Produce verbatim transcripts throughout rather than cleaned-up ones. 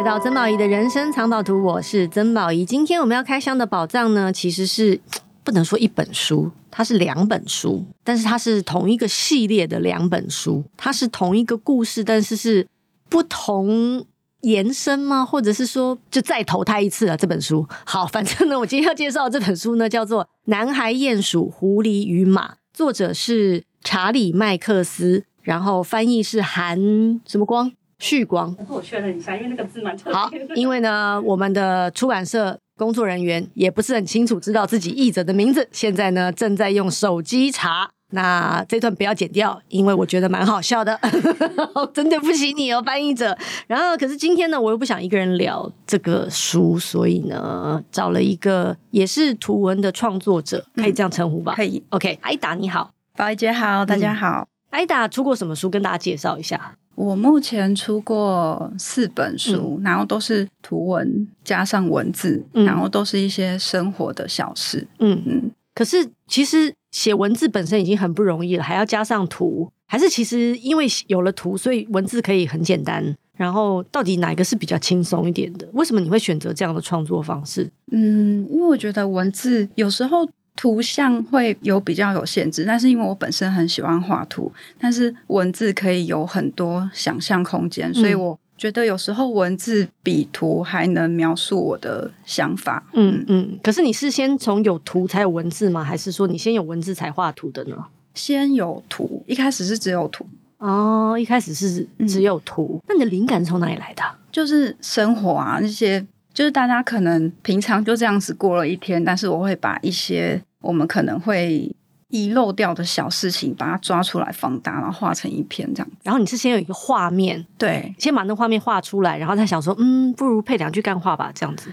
到曾宝仪的人生藏宝图，我是曾宝仪。今天我们要开箱的宝藏呢，其实是不能说一本书，它是两本书，但是它是同一个系列的两本书，它是同一个故事，但是是不同延伸吗？或者是说就再投胎一次了这本书。好，反正呢，我今天要介绍的这本书呢，叫做《男孩、鼹鼠、狐狸与马》，作者是查理麦克斯，然后翻译是韩什么光。旭光， 我确认一下，因为那个字蛮特别的。 好，因为呢，我们的出版社工作人员也不是很清楚知道自己译者的名字，现在呢正在用手机查。那这段不要剪掉，因为我觉得蛮好笑的，真对不起你哦，翻译者。然后，可是今天呢，我又不想一个人聊这个书，所以呢，找了一个也是图文的创作者，可以这样称呼吧？ 可以。 OK， 艾达你好， 宝仪姐好，大家好。 嗯、艾达出过什么书？跟大家介绍一下。 我目前出过四本书、嗯、然后都是图文加上文字、嗯、然后都是一些生活的小事。嗯嗯。 可是其实写文字本身已经很不容易了，还要加上图，还是其实因为有了图所以文字可以很简单，然后到底哪一个是比较轻松一点的？为什么你会选择这样的创作方式？ 嗯，因为我觉得文字有时候图像会有比较有限制，但是因为我本身很喜欢画图，但是文字可以有很多想象空间、嗯、所以我觉得有时候文字比图还能描述我的想法。 嗯嗯。可是你是先从有图才有文字吗？还是说你先有文字才画图的呢？ 先有图，一开始是只有图。 哦，一开始是只有图、嗯、那你的灵感是从哪里来的？ 就是生活啊，那些就是大家可能平常就这样子过了一天，但是我会把一些我们可能会遗漏掉的小事情把它抓出来放大，然后画成一篇这样子。 然后你是先有一个画面， 对， 先把那画面画出来，然后再想说嗯，不如配两句干话吧，这样子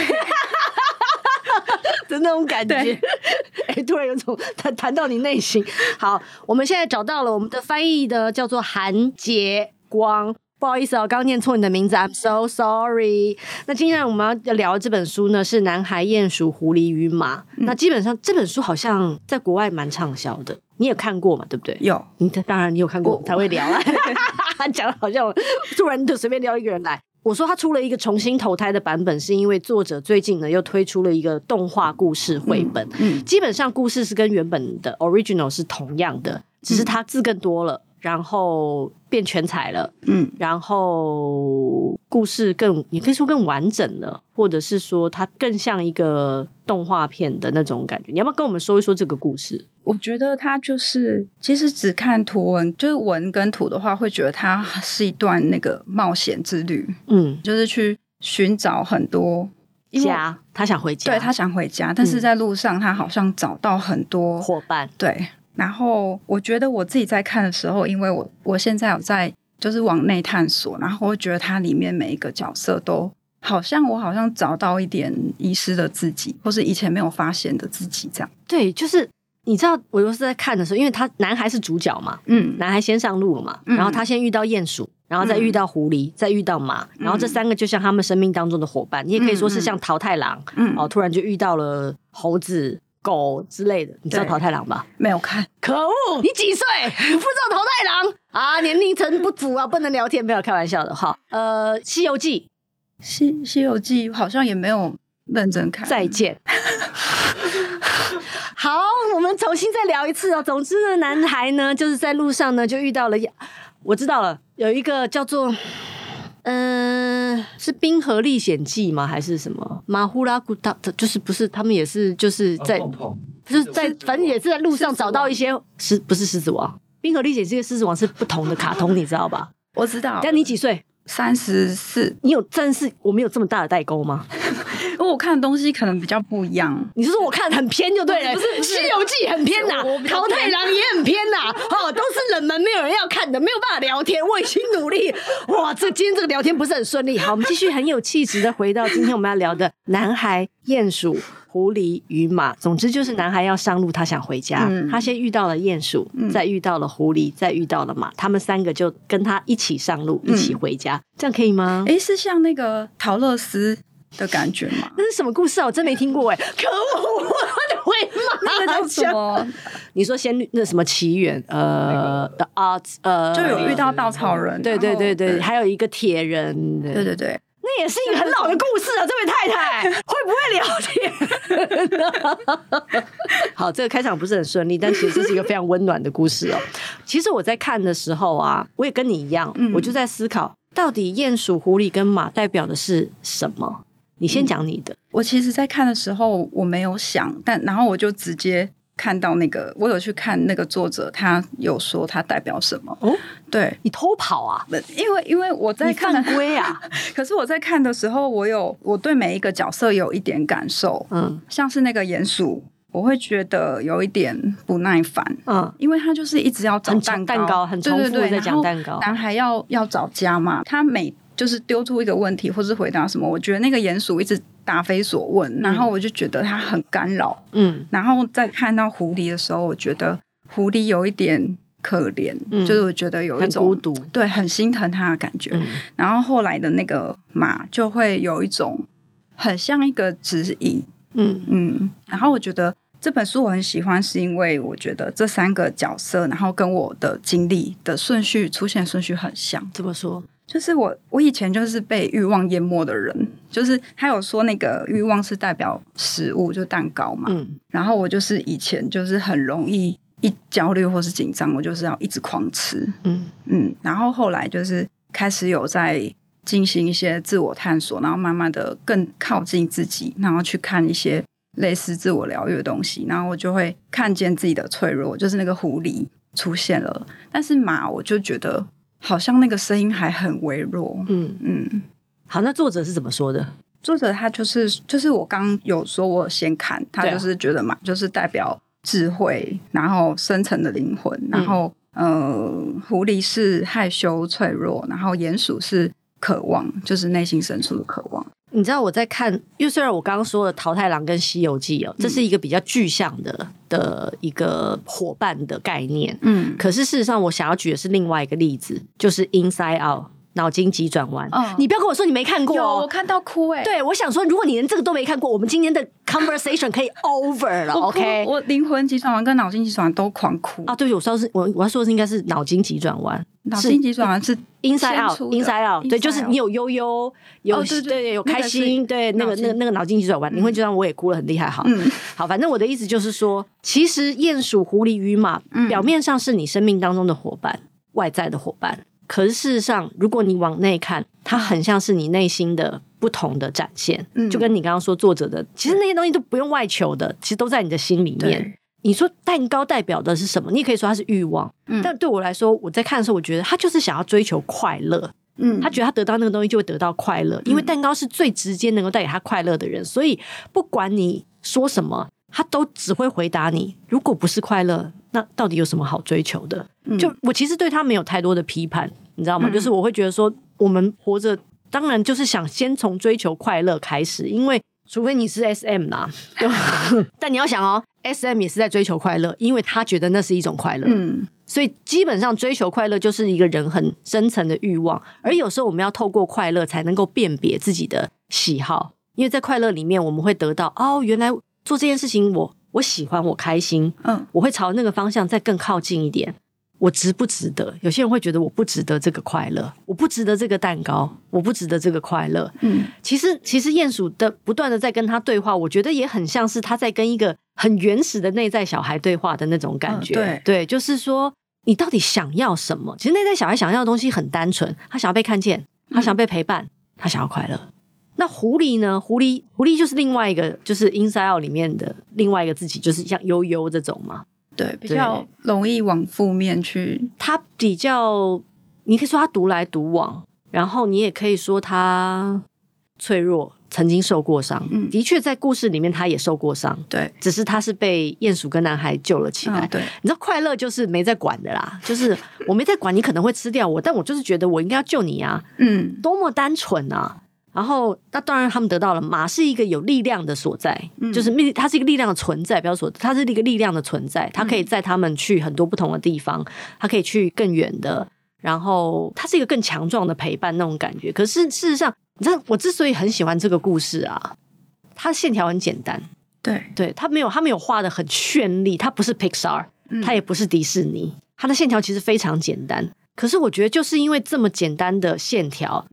的那种感觉。哎，突然有种谈谈到你内心。好，我们现在找到了我们的翻译的叫做韩杰光，不好意思哦，刚刚念错你的名字 I'm so sorry。 那今天我们要聊的这本书呢是男孩、鼹鼠、狐狸与马、嗯、那基本上这本书好像在国外蛮畅销的，你有看过嘛？对不对？ 有。 你当然你有看过才会聊啊讲好像我突然就随便撩一个人来。我说他出了一个重新投胎的版本，是因为作者最近呢又推出了一个动画故事绘本、嗯嗯、基本上故事是跟原本的 original 是同样的，只是他字更多了，然后变全彩了，嗯，然后故事更，你可以说更完整了，或者是说它更像一个动画片的那种感觉。你要不要跟我们说一说这个故事？ 我觉得它就是其实只看图文，就是文跟图的话会觉得它是一段那个冒险之旅，嗯，就是去寻找很多家，他想回家， 对，他想回家，但是在路上他好像找到很多伙伴， 对。然后我觉得我自己在看的时候，因为我我现在有在就是往内探索，然后我觉得它里面每一个角色都好像我好像找到一点遗失的自己，或是以前没有发现的自己这样。 对，就是你知道我又是在看的时候，因为他男孩是主角嘛，嗯，男孩先上路了嘛、嗯、然后他先遇到鼹鼠，然后再遇到狐狸、嗯、再遇到马，然后这三个就像他们生命当中的伙伴、嗯、你也可以说是像桃太郎、嗯、哦，突然就遇到了猴子狗之类的。你知道桃太郎吧？ 没有看。 可恶，你几岁不知道桃太郎啊？年龄层不符啊，不能聊天。没有开玩笑的哈。呃，西游记西西游记好像也没有认真看。 再见好，我们重新再聊一次哦。总之呢，男孩呢就是在路上呢就遇到了，我知道了，有一个叫做嗯、呃，是《冰河历险记》吗？还是什么马呼拉古达？就是不是他们也是就是在、啊、就是在反正也是在路上找到一些狮，不是狮子王，《冰河历险记》跟狮子王是不同的卡通，你知道吧？ 我知道。 但你几岁？ 三十四。 你有但是我们有这么大的代沟吗？ 因为我看的东西可能比较不一样。 你是说我看很偏就对了？不是，不是，《西游记》很偏呐、啊，桃太郎也很偏呐、啊，哦，都是冷门，没有人要看的，没有办法聊天。我已经努力，哇，这今天这个聊天不是很顺利。好，我们继续很有气质的回到今天我们要聊的男孩、鼹鼠、狐狸与马。总之就是男孩要上路，他想回家，嗯、他先遇到了鼹鼠，嗯、再遇到了狐狸，再遇到了马，他们三个就跟他一起上路，一起回家，嗯、这样可以吗？ 诶，是像那个陶乐斯的感觉吗？ 那是什么故事啊？我真没听过哎！可恶，我的回马， 那个叫什么？ 你说先那什么起源？呃、那個、，The Arts， 呃， 就有遇到稻草人， 对对对对，还有一个铁人， 对对对。 那也是一个很老的故事啊，这位太太会不会聊天？好，这个开场不是很顺利，但其实这是一个非常温暖的故事哦。其实我在看的时候啊，我也跟你一样，嗯、我就在思考，到底鼹鼠、狐狸跟马代表的是什么？你先讲你的。嗯、 我其实，在看的时候我没有想，但然后我就直接看到那个，我有去看那个作者，他有说他代表什么。哦，对， 你偷跑啊？ 因为因为我在看你犯规啊！ 可是我在看的时候，我有我对每一个角色有一点感受。嗯，像是那个鼹鼠，我会觉得有一点不耐烦。嗯，因为他就是一直要找蛋糕， 蛋糕很重复的在讲蛋糕。 男孩要要找家嘛，他每就是丢出一个问题或是回答什么，我觉得那个鼹鼠一直答非所问，然后我就觉得他很干扰。嗯，然后再看到狐狸的时候，我觉得狐狸有一点可怜，嗯、就是我觉得有一种很孤独， 对，很心疼他的感觉。嗯、然后后来的那个马就会有一种很像一个指引。嗯嗯，然后我觉得这本书我很喜欢，是因为我觉得这三个角色，然后跟我的经历的顺序出现顺序很像。 怎么说？ 就是我，我以前就是被欲望淹没的人，就是他有说那个欲望是代表食物，就蛋糕嘛。嗯，然后我就是以前就是很容易一焦虑或是紧张，我就是要一直狂吃。嗯嗯，然后后来就是开始有在进行一些自我探索，然后慢慢的更靠近自己，然后去看一些类似自我疗愈的东西，然后我就会看见自己的脆弱，就是那个狐狸出现了，但是马我就觉得好像那个声音还很微弱。嗯嗯， 好，那作者是怎么说的？ 作者他就是就是我刚有说我先看他就是觉得马就是代表智慧，然后深层的灵魂，然后、嗯、呃，狐狸是害羞脆弱，然后鼹鼠是渴望，就是内心深处的渴望。 你知道我在看，因为虽然我刚刚说的桃太郎跟西游记哦，这是一个比较具象的的一个伙伴的概念，嗯，可是事实上我想要举的是另外一个例子，就是 Inside Out 脑筋急转弯。哦、你不要跟我说你没看过、哦， 有我看到哭哎、欸。 对，我想说，如果你连这个都没看过，我们今天的 conversation 可以 over 了。OK， 我灵魂急转弯跟脑筋急转弯都狂哭啊！对，我说是我我要说的是应该是脑筋急转弯。 脑筋急转弯是 Inside Out Inside Out， 对，就是你有悠悠，有、哦、对, 对, 对有开心，对那个那个那个脑筋急转弯，灵魂急转弯我也哭了很厉害。好，嗯、好，反正我的意思就是说，其实鼹鼠、狐狸与马、嗯、表面上是你生命当中的伙伴，外在的伙伴。可是事实上，如果你往内看，它很像是你内心的不同的展现，嗯、就跟你刚刚说作者的，其实那些东西都不用外求的，其实都在你的心里面。你说蛋糕代表的是什么？你也可以说它是欲望，嗯、但对我来说，我在看的时候，我觉得他就是想要追求快乐。嗯，他觉得他得到那个东西就会得到快乐，因为蛋糕是最直接能够带给他快乐的人，所以不管你说什么，他都只会回答你。如果不是快乐，那到底有什么好追求的？嗯、就我其实对他没有太多的批判，你知道吗？嗯、就是我会觉得说，我们活着当然就是想先从追求快乐开始，因为除非你是 S M 啦，但你要想哦 ，S M 也是在追求快乐，因为他觉得那是一种快乐。嗯，所以基本上追求快乐就是一个人很深层的欲望，而有时候我们要透过快乐才能够辨别自己的喜好，因为在快乐里面我们会得到哦，原来做这件事情我我喜欢，我开心，嗯，我会朝那个方向再更靠近一点。我值不值得？有些人会觉得我不值得这个快乐，我不值得这个蛋糕，我不值得这个快乐。嗯，其实其实鼹鼠的不断的在跟他对话，我觉得也很像是他在跟一个很原始的内在小孩对话的那种感觉。嗯、对对，就是说你到底想要什么？其实内在小孩想要的东西很单纯，他想要被看见，他想要被陪伴，嗯、他想要快乐。那狐狸呢？狐狸狐狸就是另外一个，就是 Inside Out 里面的另外一个自己，就是像悠悠这种嘛。 对，比较容易往负面去。 他比较，你可以说他独来独往，然后你也可以说他脆弱，曾经受过伤。嗯，的确在故事里面他也受过伤。对，只是他是被鼹鼠跟男孩救了起来。嗯、对，你知道快乐就是没在管的啦，就是我没在管你可能会吃掉我，但我就是觉得我应该要救你啊。嗯，多么单纯啊！然后那当然他们得到了马是一个有力量的所在，嗯、就是它是一个力量的存在，不要说它是一个力量的存在，它可以载他们去很多不同的地方，它可以去更远的，然后它是一个更强壮的陪伴那种感觉。可是事实上你知道我之所以很喜欢这个故事啊，它线条很简单，对对，它没有它没有画得很绚丽，它不是 Pixar，嗯、它也不是迪士尼，它的线条其实非常简单。可是我觉得就是因为这么简单的线条，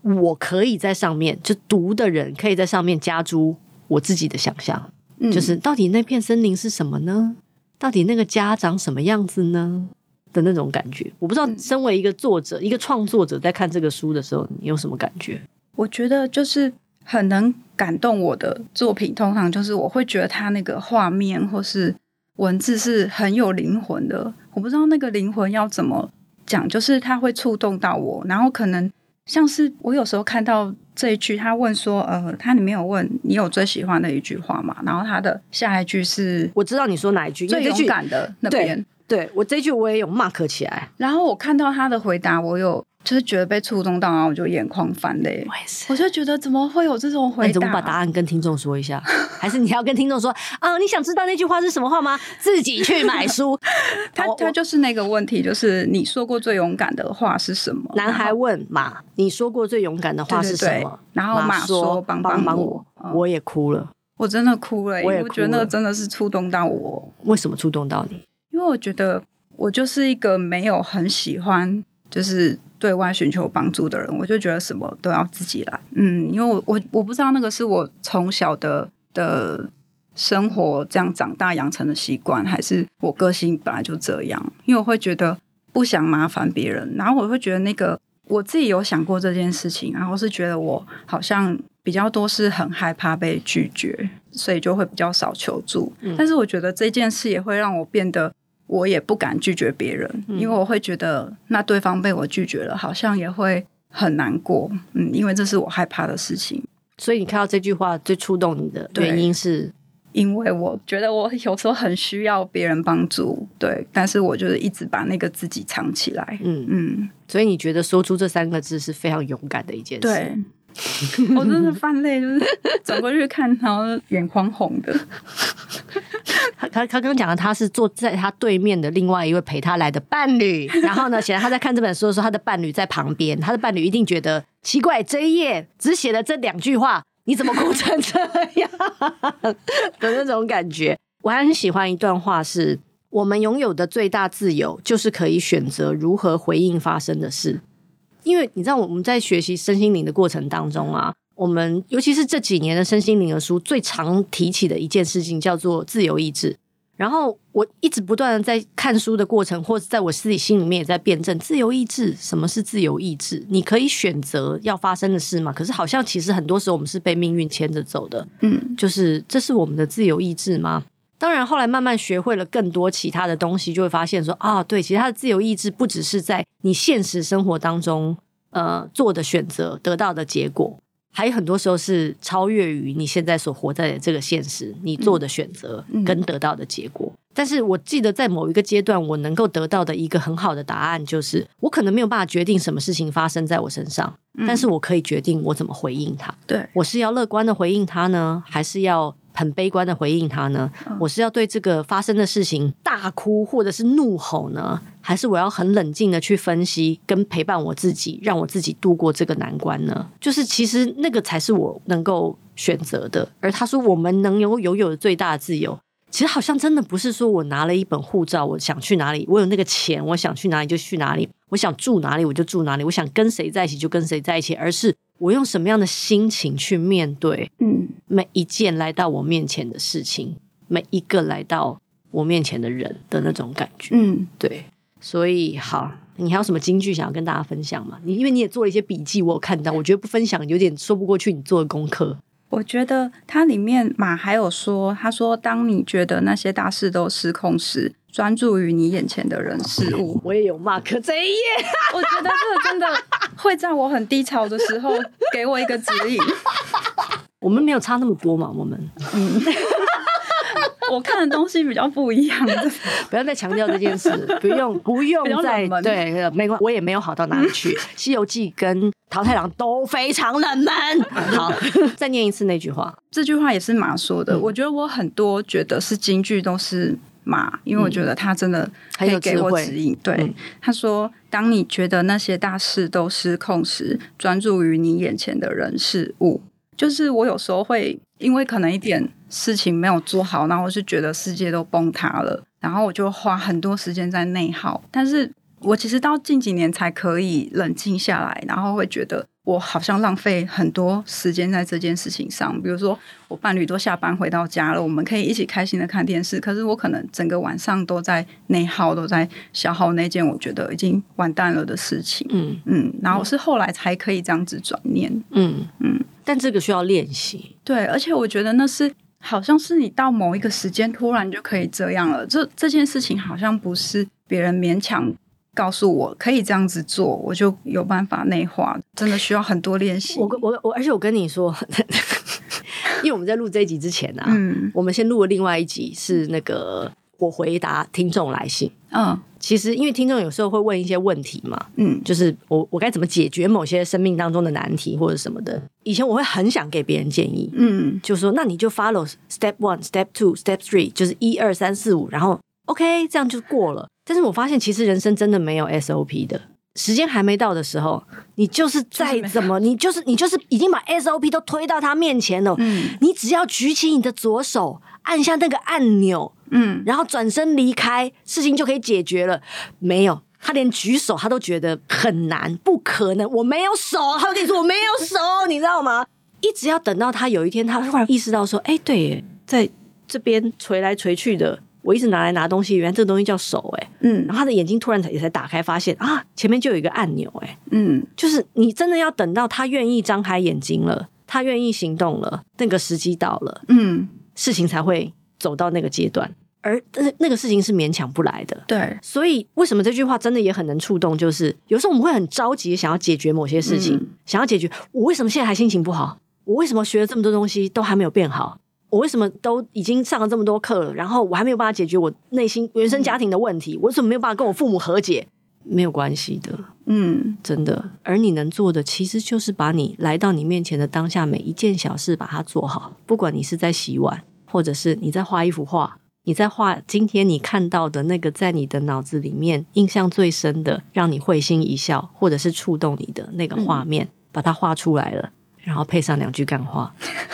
我可以在上面，就读的人可以在上面加诸我自己的想象、嗯、就是到底那片森林是什么呢？到底那个家长什么样子呢的那种感觉。我不知道身为一个作者、嗯、一个创作者在看这个书的时候你有什么感觉？ 我觉得就是很能感动我的作品，通常就是我会觉得它那个画面或是文字是很有灵魂的，我不知道那个灵魂要怎么讲，就是它会触动到我。然后可能像是我有时候看到这一句，他问说呃，他里面有问你有最喜欢的一句话吗？然后他的下一句是我知道你说哪一句， 最勇敢的那边。 对，对，我这句我也有 mark 起来。 然后我看到他的回答，我有就是觉得被触动到，然后我就眼眶泛泪。 我也是， 我就觉得怎么会有这种回答？ 你怎么把答案跟听众说一下？还是你要跟听众说啊？你想知道那句话是什么话吗？自己去买书。 他他就是那个问题，就是你说过最勇敢的话是什么？ 男孩问马，你说过最勇敢的话是什么？对对对， 然后马说帮帮我， 我，嗯、我也哭了， 我真的哭了， 我也哭了， 我觉得那个真的是触动到我。 为什么触动到你？ 因为我觉得我就是一个没有很喜欢就是对外寻求帮助的人，我就觉得什么都要自己来。嗯，因为我我我不知道那个是我从小的的生活这样长大养成的习惯，还是我个性本来就这样。因为我会觉得不想麻烦别人，然后我会觉得那个我自己有想过这件事情，然后是觉得我好像比较多是很害怕被拒绝，所以就会比较少求助、嗯、但是我觉得这件事也会让我变得我也不敢拒绝别人、嗯、因为我会觉得那对方被我拒绝了好像也会很难过，嗯，因为这是我害怕的事情。 所以你看到这句话最触动你的原因是因为我觉得我有时候很需要别人帮助，对，但是我就是一直把那个自己藏起来。嗯嗯，所以你觉得说出这三个字是非常勇敢的一件事。 对，我真的泛泪，就是走过去看，然后眼眶红的。 他他他刚讲的，他是坐在他对面的另外一位陪他来的伴侣，然后呢，显然他在看这本书的时候，他的伴侣在旁边，他的伴侣一定觉得奇怪，这一页只写了这两句话，你怎么哭成这样的那种感觉。我还很喜欢一段话是，我们拥有的最大自由就是可以选择如何回应发生的事。因为你知道我们在学习身心灵的过程当中啊，我们尤其是这几年的身心灵的书最常提起的一件事情叫做自由意志。然后我一直不断的在看书的过程，或者在我自己心里面也在辩证自由意志。什么是自由意志？你可以选择要发生的事吗？可是好像其实很多时候我们是被命运牵着走的。嗯，就是这是我们的自由意志吗？当然后来慢慢学会了更多其他的东西，就会发现说啊，对，其实它的自由意志不只是在你现实生活当中呃做的选择得到的结果，还有很多时候是超越于你现在所活在的这个现实，你做的选择跟得到的结果、嗯嗯、但是我记得在某一个阶段我能够得到的一个很好的答案就是我可能没有办法决定什么事情发生在我身上、嗯、但是我可以决定我怎么回应它。对，我是要乐观的回应它呢，还是要很悲观的回应它呢、嗯、我是要对这个发生的事情大哭或者是怒吼呢，还是我要很冷静的去分析跟陪伴我自己，让我自己度过这个难关呢？就是其实那个才是我能够选择的。而他说我们能有拥有的最大的自由，其实好像真的不是说我拿了一本护照，我想去哪里，我有那个钱，我想去哪里就去哪里，我想住哪里我就住哪里，我想跟谁在一起就跟谁在一起，而是我用什么样的心情去面对嗯每一件来到我面前的事情，每一个来到我面前的人的那种感觉。嗯，对。所以好，你还有什么金句想要跟大家分享吗？你因为你也做了一些笔记，我有看到，我觉得不分享有点说不过去你做的功课。 我觉得它里面马还有说，他说当你觉得那些大事都失控时，专注于你眼前的人事物。 我也有 mark 这一页我觉得这个真的会在我很低潮的时候给我一个指引我们没有差那么多嘛，我们嗯我看的东西比较不一样不要再强调这件事，不用不用再对，没关，我也没有好到哪里去西游记跟桃太郎都非常冷门好再念一次那句话。 这句话也是马说的、嗯、我觉得我很多觉得是金句都是马，因为我觉得他真的可以给我指引、嗯、对、嗯、他说当你觉得那些大事都失控时，专注于你眼前的人事物。就是我有时候会因为可能一点事情没有做好，然后我就觉得世界都崩塌了，然后我就花很多时间在内耗。但是我其实到近几年才可以冷静下来，然后会觉得我好像浪费很多时间在这件事情上。比如说我伴侣都下班回到家了，我们可以一起开心的看电视，可是我可能整个晚上都在内耗，都在消耗那件我觉得已经完蛋了的事情。嗯嗯，然后是后来才可以这样子转念。嗯嗯，但这个需要练习。 对，而且我觉得那是好像是你到某一个时间突然就可以这样了，这这件事情好像不是别人勉强告诉我可以这样子做我就有办法内化，真的需要很多练习。 我我我，而且我跟你说因为我们在录这一集之前啊、嗯、我们先录了另外一集是那个我回答听众来信。嗯，其实因为听众有时候会问一些问题嘛，嗯，就是我我该怎么解决某些生命当中的难题或者什么的。以前我会很想给别人建议，嗯，就说那你就 follow step one step two step three 就是一二三四五，然后 OK 这样就过了。但是我发现其实人生真的没有 S O P 的，时间还没到的时候，你就是再怎么你就是你就是已经把 S O P 都推到他面前了，嗯，你只要举起你的左手按下那个按钮，嗯，然后转身离开，事情就可以解决了。没有，他连举手他都觉得很难，不可能，我没有手，他跟你说我没有手你知道吗？一直要等到他有一天他突然意识到说，哎，对耶，在这边捶来捶去的我一直拿来拿东西，原来这个东西叫手，哎，嗯，然后他的眼睛突然也才打开，发现啊，前面就有一个按钮，哎，嗯，就是你真的要等到他愿意张开眼睛了，他愿意行动了，那个时机到了，嗯，事情才会走到那个阶段，而那个事情是勉强不来的。对，所以为什么这句话真的也很能触动，就是有时候我们会很着急想要解决某些事情，嗯，想要解决我为什么现在还心情不好，我为什么学了这么多东西都还没有变好，我为什么都已经上了这么多课了，然后我还没有办法解决我内心原生家庭的问题，我为什么没有办法跟我父母和解？没有关系的，嗯，真的。而你能做的其实就是把你来到你面前的当下每一件小事把它做好，不管你是在洗碗，或者是你在画一幅画，你在画今天你看到的那个在你的脑子里面印象最深的让你会心一笑或者是触动你的那个画面，嗯，把它画出来了，然后配上两句干话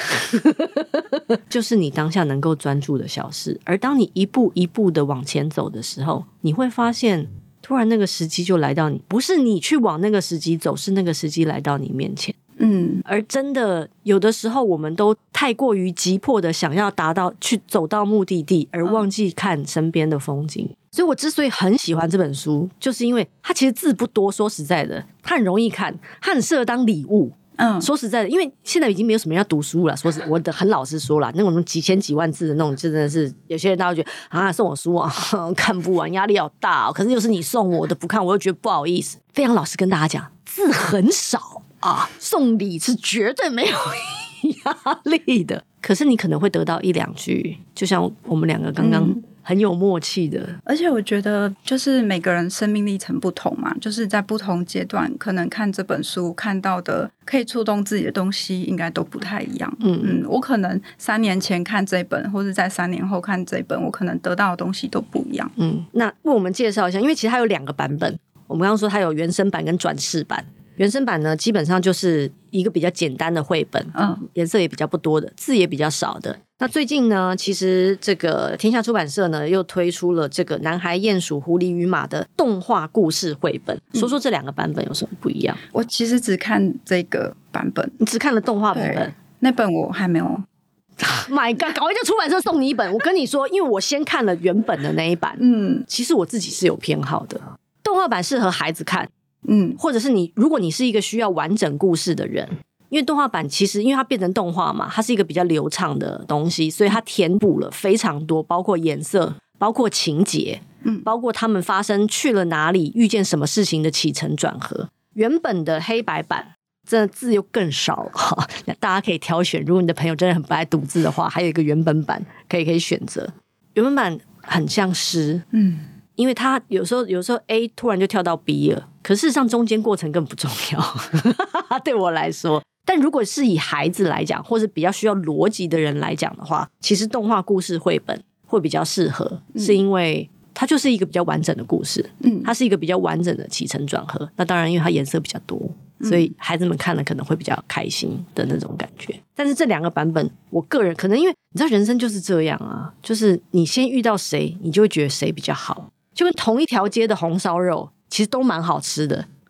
就是你当下能够专注的小事。而当你一步一步的往前走的时候，你会发现突然那个时机就来到你，不是你去往那个时机走，是那个时机来到你面前。嗯，而真的有的时候我们都太过于急迫的想要达到去走到目的地，而忘记看身边的风景。所以我之所以很喜欢这本书，就是因为它其实字不多，说实在的它很容易看，它很适合当礼物。嗯，说实在的，因为现在已经没有什么人要读书了。说实，我的很老实说啦，那种几千几万字的那种，真的是有些人大家觉得啊，送我书啊，看不完，压力好大，哦。可是又是你送我的，不看我又觉得不好意思。非常老实跟大家讲，字很少啊，送礼是绝对没有压力的。可是你可能会得到一两句，就像我们两个刚刚。嗯，很有默契的。 而且我觉得就是每个人生命历程不同嘛，就是在不同阶段可能看这本书看到的可以触动自己的东西应该都不太一样。嗯嗯，我可能三年前看这本或者在三年后看这本，我可能得到的东西都不一样。 嗯，那为我们介绍一下，因为其实它有两个版本，我们刚刚说它有原声版跟转世版。原声版呢基本上就是一个比较简单的绘本，嗯，颜色也比较不多的，字也比较少的。那最近呢其实这个天下出版社呢又推出了这个男孩鼹鼠狐狸与马的动画故事绘本，说说这两个版本有什么不一样。 我其实只看这个版本。 你只看了动画版本？ 那本我还没有 My God， 搞一个出版社送你一本。我跟你说，因为我先看了原本的那一版，嗯，其实我自己是有偏好的。动画版适合孩子看，嗯，或者是你如果你是一个需要完整故事的人，因为动画版其实因为它变成动画嘛，它是一个比较流畅的东西，所以它填补了非常多，包括颜色，包括情节，嗯，包括他们发生去了哪里，遇见什么事情的起承转合。原本的黑白版真的字又更少了，大家可以挑选，如果你的朋友真的很不爱读字的话，还有一个原本版可以可以选择。原本版很像诗，嗯，因为它有时候有时候 A 突然就跳到 B 了，可事实上中间过程更不重要对我来说。但如果是以孩子来讲，或是比较需要逻辑的人来讲的话，其实动画故事绘本会比较适合，嗯，是因为它就是一个比较完整的故事，嗯，它是一个比较完整的起承转合。那当然因为它颜色比较多，所以孩子们看了可能会比较开心的那种感觉。但是这两个版本我个人可能因为你知道人生就是这样啊，就是你先遇到谁你就会觉得谁比较好，就跟同一条街的红烧肉其实都蛮好吃的，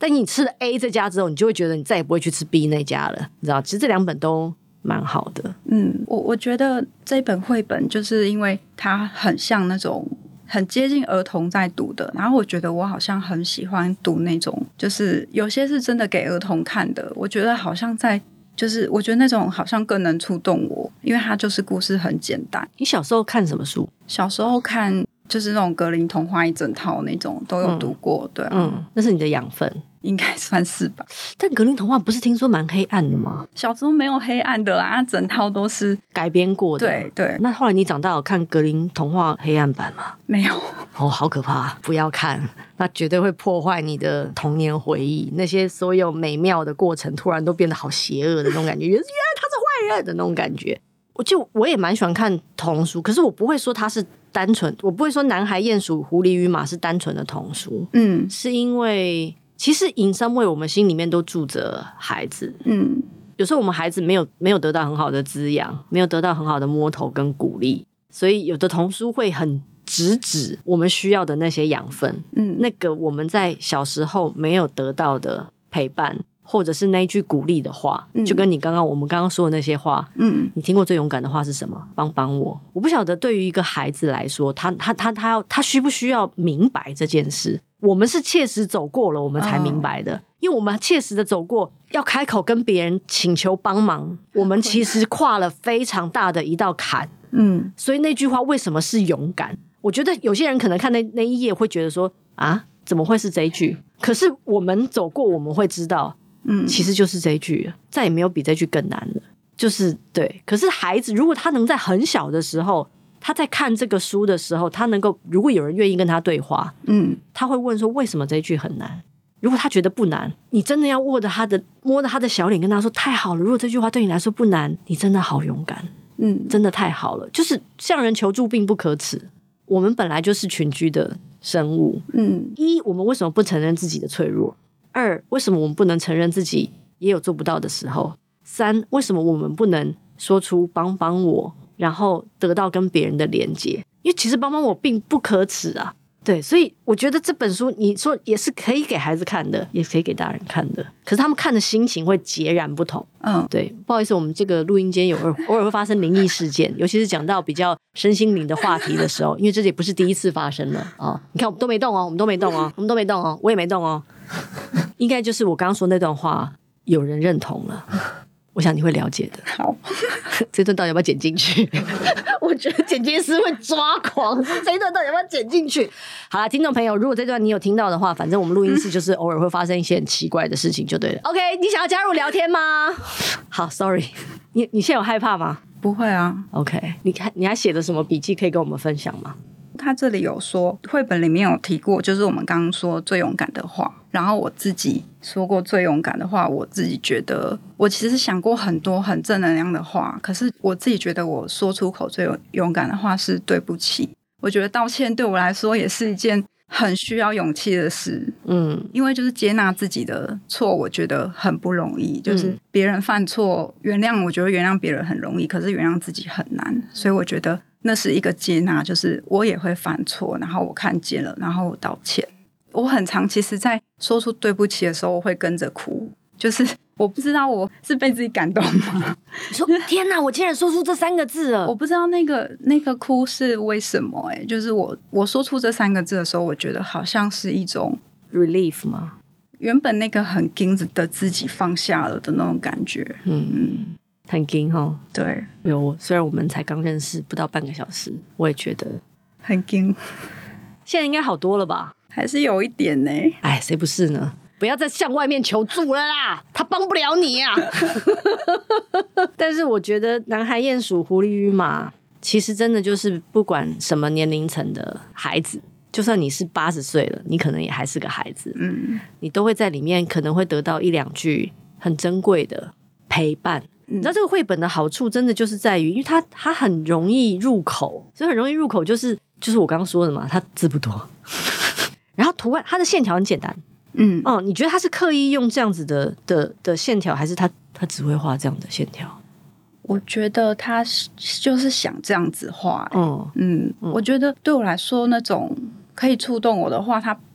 但你吃了 A 这家之后，你就会觉得你再也不会去吃 B 那家了，你知道？其实这两本都蛮好的。 嗯，我我觉得这本绘本就是因为它很像那种很接近儿童在读的，然后我觉得我好像很喜欢读那种，就是有些是真的给儿童看的，我觉得好像在。就是我觉得那种好像更能触动我，因为它就是故事很简单。 你小时候看什么书？ 小时候看就是那种格林童话一整套那种都有读过，嗯、对、啊， 嗯，那是你的养分， 应该算是吧。 但格林童话不是听说蛮黑暗的吗？ 小时候没有黑暗的啦，它整套都是改编过的。 对对。 那后来你长大有看格林童话黑暗版吗？ 没有。 哦，好可怕！不要看，那绝对会破坏你的童年回忆。那些所有美妙的过程，突然都变得好邪恶的那种感觉，原来他是坏人的那种感觉。我就我也蛮喜欢看童书，可是我不会说它是单纯，我不会说男孩、鼹鼠、狐狸与马是单纯的童书。嗯，是因为其实 in some way 我们心里面都住着孩子。嗯，有时候我们孩子没有没有得到很好的滋养，没有得到很好的摸头跟鼓励，所以有的童书会很直指我们需要的那些养分。嗯，那个我们在小时候没有得到的陪伴，或者是那一句鼓励的话，嗯、就跟你刚刚我们刚刚说的那些话，嗯，你听过最勇敢的话是什么？帮帮我！我不晓得对于一个孩子来说，他他他他要他需不需要明白这件事？我们是切实走过了，我们才明白的。哦、因为我们切实的走过，要开口跟别人请求帮忙，我们其实跨了非常大的一道坎。嗯，所以那句话为什么是勇敢？我觉得有些人可能看那那一页会觉得说啊，怎么会是这一句？可是我们走过，我们会知道。嗯，其实就是这一句，再也没有比这句更难的，就是对。可是孩子如果他能在很小的时候，他在看这个书的时候，他能够，如果有人愿意跟他对话，嗯，他会问说为什么这一句很难？如果他觉得不难，你真的要握着他的摸着他的小脸跟他说太好了，如果这句话对你来说不难，你真的好勇敢，嗯，真的太好了。就是向人求助并不可耻，我们本来就是群居的生物，嗯，一我们为什么不承认自己的脆弱？二，为什么我们不能承认自己也有做不到的时候？三，为什么我们不能说出帮帮我，然后得到跟别人的连结？因为其实帮帮我并不可耻啊。对，所以我觉得这本书你说也是可以给孩子看的，也可以给大人看的，可是他们看的心情会截然不同。嗯，对，不好意思，我们这个录音间有偶尔会发生灵异事件，尤其是讲到比较身心灵的话题的时候，因为这也不是第一次发生了啊、哦。你看我们都没动哦，我们都没动哦，我们都没动哦，我也没动哦。应该就是我刚刚说那段话，有人认同了。我想你会了解的。好，这段到底要不要剪进去？我觉得剪接师会抓狂，这一段到底要不要剪进去？好啦，听众朋友，如果这段你有听到的话，反正我们录音室就是偶尔会发生一些很奇怪的事情就对了。OK， 你想要加入聊天吗？好 ，Sorry， 你你现在有害怕吗？ 不会啊。 OK， 你看你还写的什么笔记可以跟我们分享吗？ 他这里有说，绘本里面有提过，就是我们刚刚说最勇敢的话。然后我自己说过最勇敢的话，我自己觉得我其实想过很多很正能量的话，可是我自己觉得我说出口最勇敢的话是对不起。我觉得道歉对我来说也是一件很需要勇气的事。嗯，因为就是接纳自己的错，我觉得很不容易。就是别人犯错，原谅，我觉得原谅别人很容易，可是原谅自己很难。所以我觉得那是一个接纳，就是我也会犯错，然后我看见了，然后我道歉。我很常其实在说出对不起的时候，我会跟着哭，就是我不知道我是被自己感动吗？ 你说天哪，我竟然说出这三个字了！ 我不知道那个那个哭是为什么、欸、就是我我说出这三个字的时候，我觉得好像是一种 relief 吗？ 原本那个很惊的自己放下了的那种感觉。嗯嗯， 很惊齁。 对， 有，虽然我们才刚认识不到半个小时，我也觉得很惊。 现在应该好多了吧？ 还是有一点呢、欸。 哎，谁不是呢？不要再向外面求助了啦，他帮不了你啊。但是我觉得男孩、鼹鼠、狐狸与马，其实真的就是不管什么年龄层的孩子，就算你是八十岁了，你可能也还是个孩子。嗯，你都会在里面可能会得到一两句很珍贵的陪伴。嗯、你知道这个绘本的好处，真的就是在于，因为它它很容易入口，所以很容易入口，就是就是我刚刚说的嘛，它字不多。然后图案，它的线条很简单，嗯，哦，你觉得他是刻意用这样子的的的线条，还是他他只会画这样的线条？ 我觉得他就是想这样子画、欸，嗯嗯，我觉得对我来说，那种可以触动我的画，它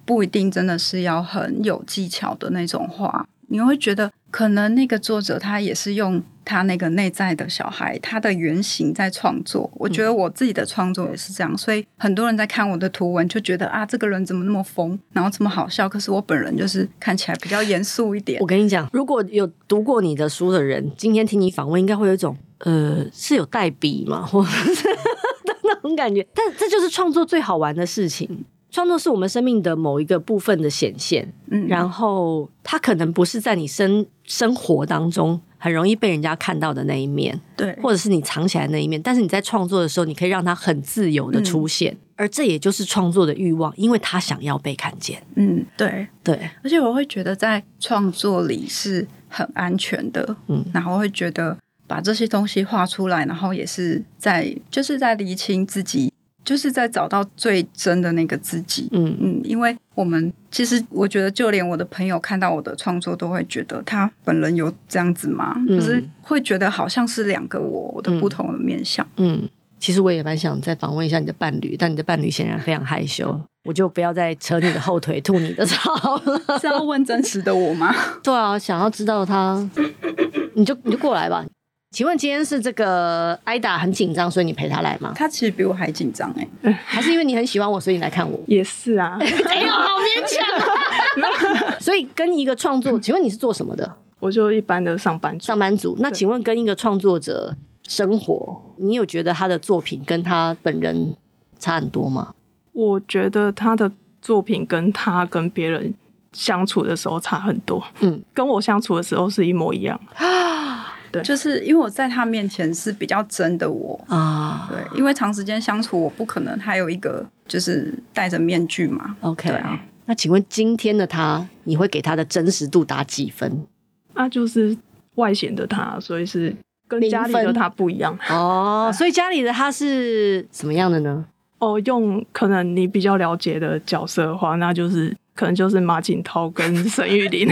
不一定真的是要很有技巧的那种画，你会觉得可能那个作者他也是用他那个内在的小孩他的原型在创作。我觉得我自己的创作也是这样，所以很多人在看我的图文就觉得啊，这个人怎么那么疯，然后这么好笑，可是我本人就是看起来比较严肃一点。 我跟你讲，如果有读过你的书的人，今天听你访问应该会有一种呃，是有带笔吗或者是那种感觉。但这就是创作最好玩的事情，创作是我们生命的某一个部分的显现，嗯，然后它可能不是在你生生活当中很容易被人家看到的那一面， 对， 或者是你藏起来的那一面，但是你在创作的时候，你可以让它很自由的出现，嗯，而这也就是创作的欲望，因为他想要被看见。 嗯，对对， 而且我会觉得在创作里是很安全的，嗯，然后会觉得把这些东西画出来，然后也是在就是在厘清自己，就是在找到最真的那个自己。嗯嗯，因为我们其实我觉得就连我的朋友看到我的创作都会觉得他本人有这样子吗？嗯，就是会觉得好像是两个我我的不同的面向。嗯， 嗯，其实我也蛮想再访问一下你的伴侣，但你的伴侣显然非常害羞，我就不要再扯你的后腿吐你的槽了。 是要问真实的我吗？ 对啊，想要知道他你就你就过来吧。请问今天是这个艾达很紧张所以你陪他来吗？ 他其实比我还紧张哎， 还是因为你很喜欢我所以你来看我？ 也是啊。 哎呦好勉强啊。所以跟一个创作，请问你是做什么的？ 我就一般的上班族。 上班族。那请问跟一个创作者生活，你有觉得他的作品跟他本人差很多吗？ 我觉得他的作品跟他跟别人相处的时候差很多。嗯，跟我相处的时候是一模一样。 对，就是因为我在他面前是比较真的我啊，对，因为长时间相处，我不可能还有一个就是戴着面具嘛。 OK， 对啊。 那请问今天的他，你会给他的真实度打几分？ 啊，就是外显的他，所以是跟家里的他不一样哦。所以家里的他是什么样的呢？ 哦，用可能你比较了解的角色的话，那就是可能就是马景涛跟沈玉琳。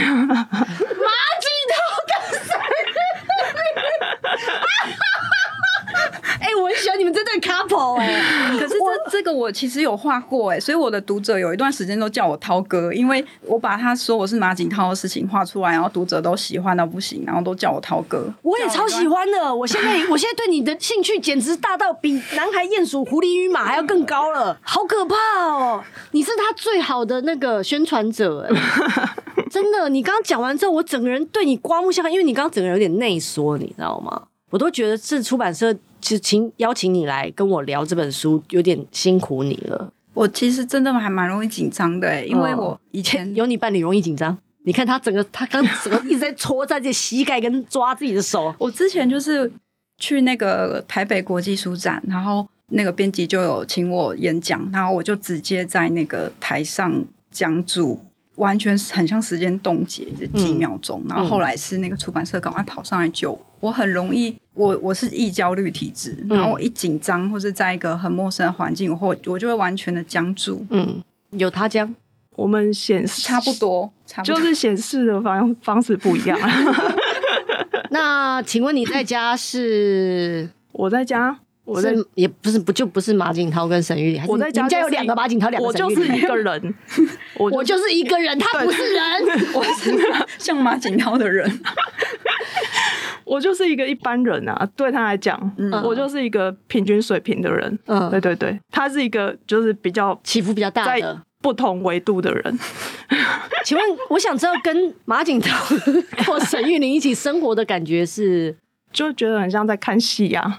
哎、欸，我很喜欢你们这对 couple 哎、 欸。可是这这个我其实有画过哎、欸，所以我的读者有一段时间都叫我涛哥，因为我把他说我是马景涛的事情画出来，然后读者都喜欢到不行，然后都叫我涛哥。 我也超喜欢的，我现在我现在对你的兴趣简直大到比南海鼹鼠、狐狸与马还要更高了，好可怕哦！你是他最好的那个宣传者哎。真的，你刚刚讲完之后，我整个人对你刮目相看，因为你刚刚整个人有点内缩，你知道吗？我都觉得这出版社就请邀请你来跟我聊这本书，有点辛苦你了。 我其实真的还蛮容易紧张的、欸，因为我以前、 哦、有你伴侣容易紧张。你看他整个，他刚整个一直在戳在自己膝盖跟抓自己的手。 我之前就是去那个台北国际书展，然后那个编辑就有请我演讲，然后我就直接在那个台上讲主。完全很像时间冻结几秒钟、嗯、然后后来是那个出版社赶快跑上来救我。我很容易我我是易焦虑体质、嗯、然后我一紧张或是在一个很陌生的环境我我就会完全的僵住。 嗯，有他僵， 我们显示差不多差不多就是显示的方方式不一样。 那请问你在家是？ 我在家我在也不是不就不是马景涛跟沈玉琳， 我在家、就是、 你家有两个马景涛，两个沈玉琳， 我就是一个人， 我, 就我就是一个人，他不是人， 我是像马景涛的人， 我就是一个一般人啊，对他来讲、嗯，我就是一个平均水平的人，嗯，对对对，他是一个就是比较起伏比较大的不同维度的人。 请问，我想知道跟马景涛或沈玉琳一起生活的感觉是？ 就觉得很像在看戏啊。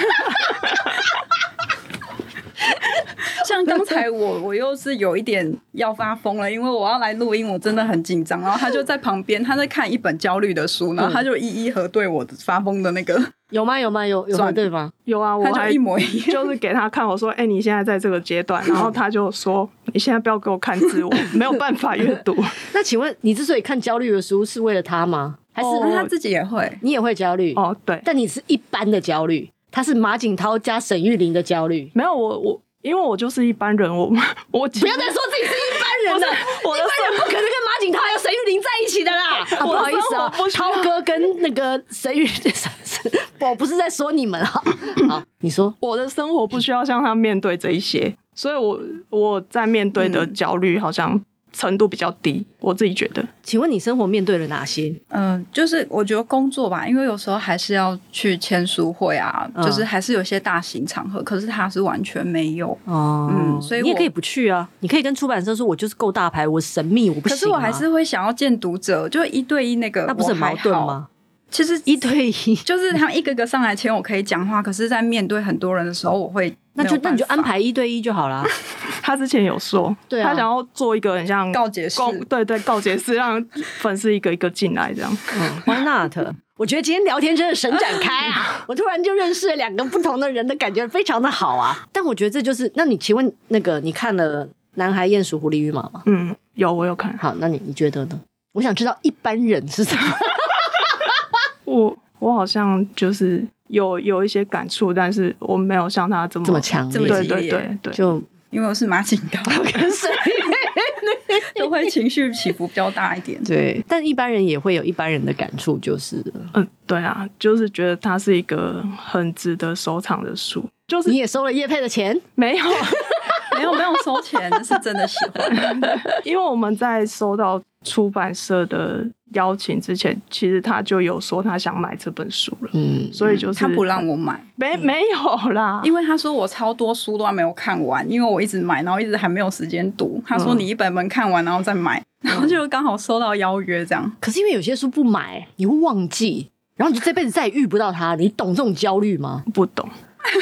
像刚才我我又是有一点要发疯了，因为我要来录音，我真的很紧张。然后他就在旁边，他在看一本焦虑的书，然后他就一一核对我发疯的那个。 有吗？有吗？有有核对吗？ 有啊，我还他就一模一样， 就是给他看，我说：“哎、欸，你现在在这个阶段。”然后他就说：“你现在不要给我看字，我没有办法阅读。” 那请问，你之所以看焦虑的书，是为了他吗？还是、 哦、他自己也会？ 你也会焦虑？ 哦，对。 但你是一般的焦虑，他是马景涛加沈玉琳的焦虑。 没有，我我。因为我就是一般人，我我不要再说自己是一般人了，一般人不可能跟马景涛还有沈玉琳在一起的啦。啊、不好意思啊，涛哥跟那个沈玉琳，我不是在说你们啊。好，你说我的生活不需要向他面对这一些，所以我我在面对的焦虑好像程度比较低，我自己觉得。 请问你生活面对了哪些？ 嗯、呃，就是我觉得工作吧，因为有时候还是要去签书会啊、嗯，就是还是有些大型场合，可是他是完全没有哦。嗯，所以你也可以不去啊，你可以跟出版社说，我就是够大牌，我神秘，我不行、啊。 可是我还是会想要见读者，就一对一那个， 那不是很矛盾吗？ 其实一对一就是他们一个个上来签，我可以讲话，可是在面对很多人的时候，我会那就那你就安排一对一就好啦。 他之前有说，对、啊，他想要做一个很像告解室， 对对，告解室，让粉丝一个一个进来这样。 嗯 ，Why not？ 我觉得今天聊天真的神展开啊！我突然就认识了两个不同的人的感觉，非常的好啊。但我觉得这就是，那你请问那个你看了《男孩、鼹鼠、狐狸与马》吗？ 嗯，有，我有看。 好，那你你觉得呢？我想知道一般人是什么。 我我好像就是有有一些感触，但是我没有像他这么这么强烈， 对对对对， 就因为我是马景涛跟谁都会情绪起伏比较大一点。 对，但一般人也会有一般人的感触，就是嗯，对啊，就是觉得它是一个很值得收藏的书。就是你也收了业配的钱？ 没有。 没有，没有收钱，是真的喜欢。 因为我们在收到出版社的邀请之前，其实他就有说他想买这本书了，嗯，所以就是他不让我买， 没没有啦， 因为他说我超多书都还没有看完，因为我一直买，然后一直还没有时间读。他说你一本本看完，然后再买，嗯、然后就刚好收到邀约这样。 可是因为有些书不买，你会忘记，然后你就这辈子再也遇不到他，你懂这种焦虑吗？ 不懂。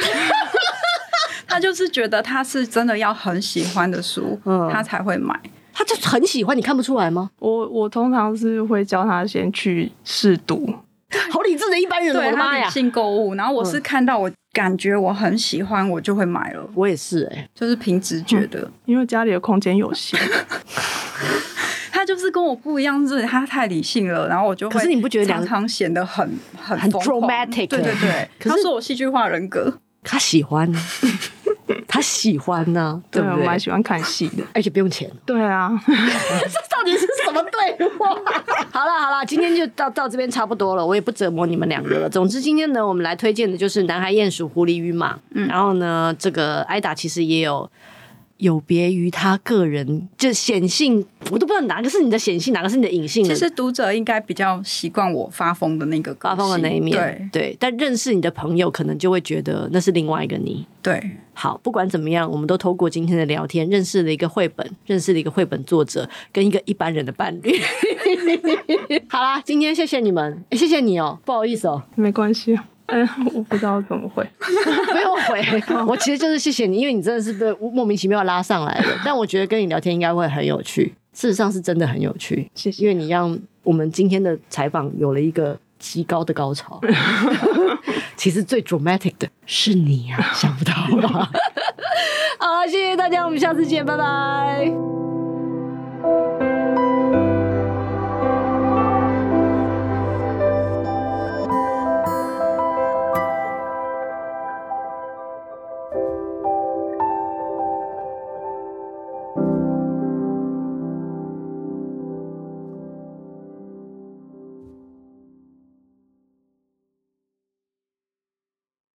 他就是觉得他是真的要很喜欢的书，嗯、他才会买。 他就很喜欢，你看不出来吗？ 我我通常是会教他先去试读， 好理智的一般人， 对， 我的妈呀！ 他理性购物，然后我是看到我感觉我很喜欢，我就会买了。 我也是哎、欸， 就是凭直觉的、嗯， 因为家里的空间有限。 他就是跟我不一样，是他太理性了，然后我就会。 可是你不觉得常常显得很很很 dramatic？ 对对对， 可是他说我戏剧化人格。 他喜欢，他喜欢呢、啊，对不对？ 我蛮喜欢看戏的， 而且不用钱。 对啊， 这到底是什么对话？好了好了，今天就到到这边差不多了，我也不折磨你们两个了。总之，今天呢，我们来推荐的就是《男孩、鼹鼠、狐狸与马》。嗯，然后呢，这个艾达其实也有。有别于他个人，就显性，我都不知道哪个是你的显性，哪个是你的隐性的。 其实读者应该比较习惯我发疯的那个发疯的那一面， 对对。但认识你的朋友，可能就会觉得那是另外一个你。 对， 好，不管怎么样，我们都透过今天的聊天，认识了一个绘本，认识了一个绘本作者，跟一个一般人的伴侣。好啦，今天谢谢你们，欸、谢谢你哦、喔，不好意思哦、喔， 没关系。嗯，我不知道怎么回， 不用回。我其实就是谢谢你，因为你真的是被莫名其妙拉上来的。但我觉得跟你聊天应该会很有趣，事实上是真的很有趣。 谢谢， 因为你让我们今天的采访有了一个极高的高潮。其实最 dramatic 的是你啊，想不到吧？好，谢谢大家，我们下次见，拜拜。